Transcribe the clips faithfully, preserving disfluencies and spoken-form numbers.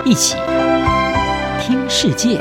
一起听世界。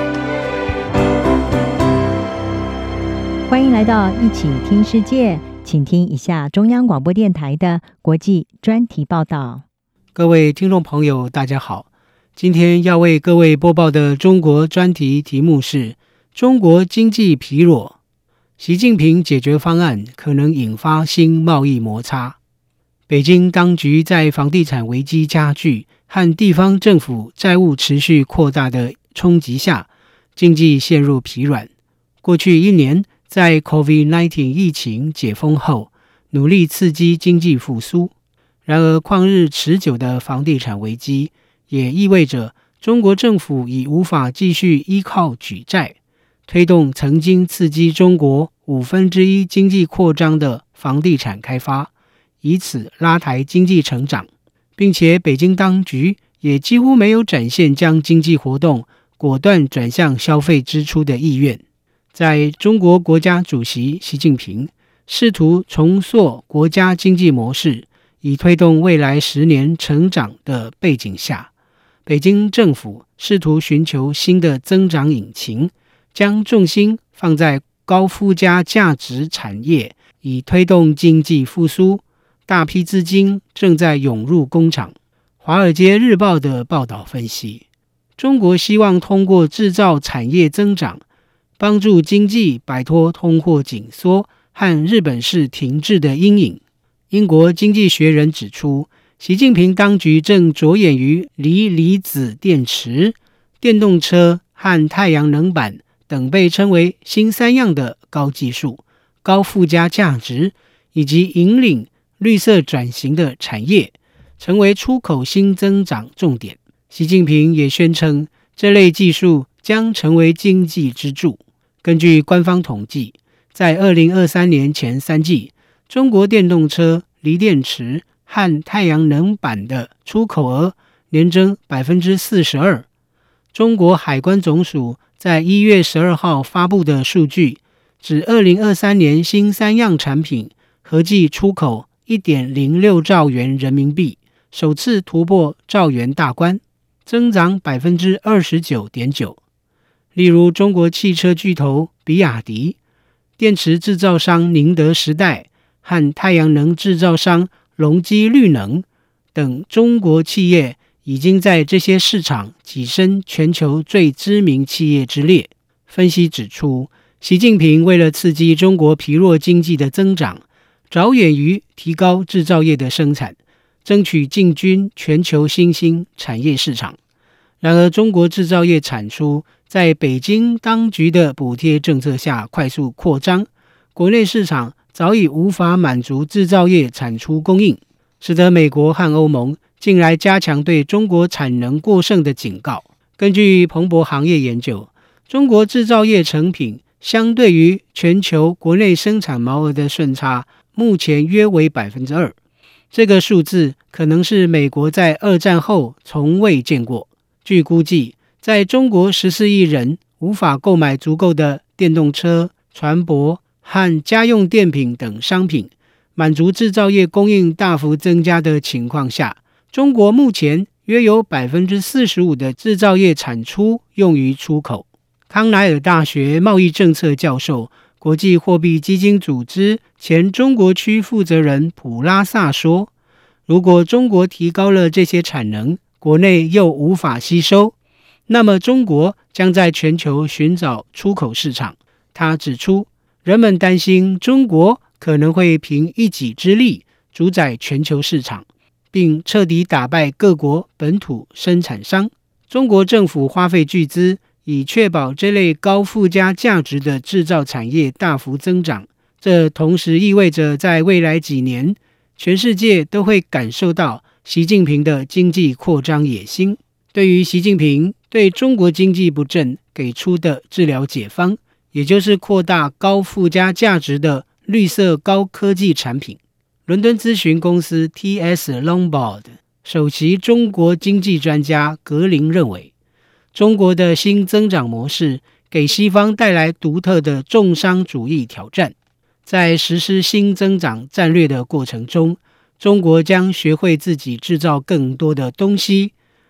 欢迎来到一起听世界，请听一下中央广播电台的国际专题报道。 各位听众朋友大家好，今天要为各位播报的中国专题题目是中国经济疲弱，习近平解决方案可能引发新贸易摩擦。北京当局在房地产危机加剧和地方政府债务持续扩大的冲击下，经济陷入疲软。过去一年，在 COVID 十九 疫情解封后，努力刺激经济复苏。然而，旷日持久的房地产危机也意味着中国政府已无法继续依靠举债，推动曾经刺激中国五分之一经济扩张的房地产开发，以此拉抬经济成长，并且北京当局也几乎没有展现将经济活动果断转向消费支出的意愿。在中国国家主席习近平试图重塑国家经济模式，以推动未来十年成长的背景下，北京政府试图寻求新的增长引擎，将重心放在高附加价值产业，以推动经济复苏。大批资金正在涌入工厂。华尔街日报的报道分析，中国希望通过制造产业增长，帮助经济摆脱通货紧缩和日本式停滞的阴影。英国经济学人指出，习近平当局正着眼于锂离子电池、电动车和太阳能板等被称为新三样的高技术、高附加价值以及引领绿色转型的产业，成为出口新增长重点。习近平也宣称，这类技术将成为经济支柱。根据官方统计，在二零二三年前三季，中国电动车、锂电池和太阳能板的出口额年增 百分之四十二。 中国海关总署在一月十二号发布的数据指，二零二三年新三样产品合计出口 一点零六兆元人民币，首次突破兆元大关，增长 百分之二十九点九。 例如中国汽车巨头比亚迪、电池制造商宁德时代和太阳能制造商隆基绿能等中国企业已经在这些市场跻身全球最知名企业之列。分析指出，习近平为了刺激中国疲弱经济的增长，着眼于提高制造业的生产，争取进军全球新兴产业市场。然而，中国制造业产出在北京当局的补贴政策下快速扩张，国内市场早已无法满足制造业产出供应，使得美国和欧盟近来加强对中国产能过剩的警告。根据彭博行业研究，中国制造业成品相对于全球国内生产毛额的顺差目前约为 百分之二， 这个数字可能是美国在二战后从未见过。据估计，在中国十四亿人无法购买足够的电动车、船舶和家用电品等商品，满足制造业供应大幅增加的情况下，中国目前约有 百分之四十五 的制造业产出用于出口。康奈尔大学贸易政策教授、国际货币基金组织前中国区负责人普拉萨说，如果中国提高了这些产能，国内又无法吸收，那么中国将在全球寻找出口市场。他指出，人们担心中国可能会凭一己之力主宰全球市场，并彻底打败各国本土生产商。中国政府花费巨资以确保这类高附加价值的制造产业大幅增长，这同时意味着在未来几年，全世界都会感受到习近平的经济扩张野心。对于习近平对中国经济不振给出的治疗解方，也就是扩大高附加价值的绿色高科技产品，伦敦咨询公司 T S Lombard 首席中国经济专家格林认为，中国的新增长模式给西方带来独特的重商主义挑战。在实施新增长战略的过程中，中国将学会自己制造更多的东西，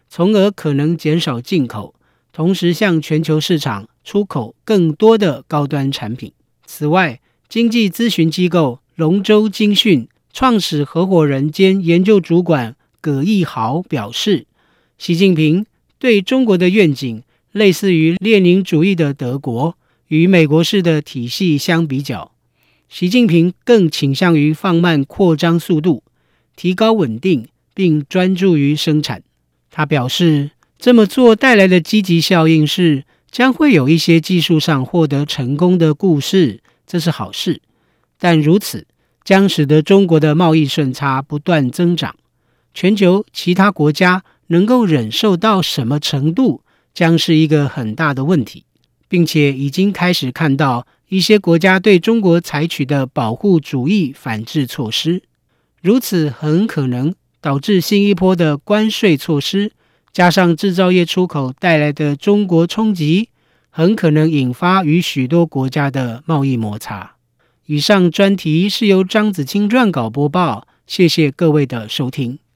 从而可能减少进口，同时向全球市场出口更多的高端产品。此外，经济咨询机构龙舟精讯创始合伙人兼研究主管葛义豪表示，习近平对中国的愿景类似于列宁主义的德国，与美国式的体系相比较，习近平更倾向于放慢扩张速度，提高稳定，并专注于生产。他表示，这么做带来的积极效应是将会有一些技术上获得成功的故事，这是好事，但如此将使得中国的贸易顺差不断增长。全球其他国家能够忍受到什么程度，将是一个很大的问题，并且已经开始看到一些国家对中国采取的保护主义反制措施，如此很可能导致新一波的关税措施，加上制造业出口带来的中国冲击，很可能引发与许多国家的贸易摩擦。以上专题是由张子清撰稿播报，谢谢各位的收听。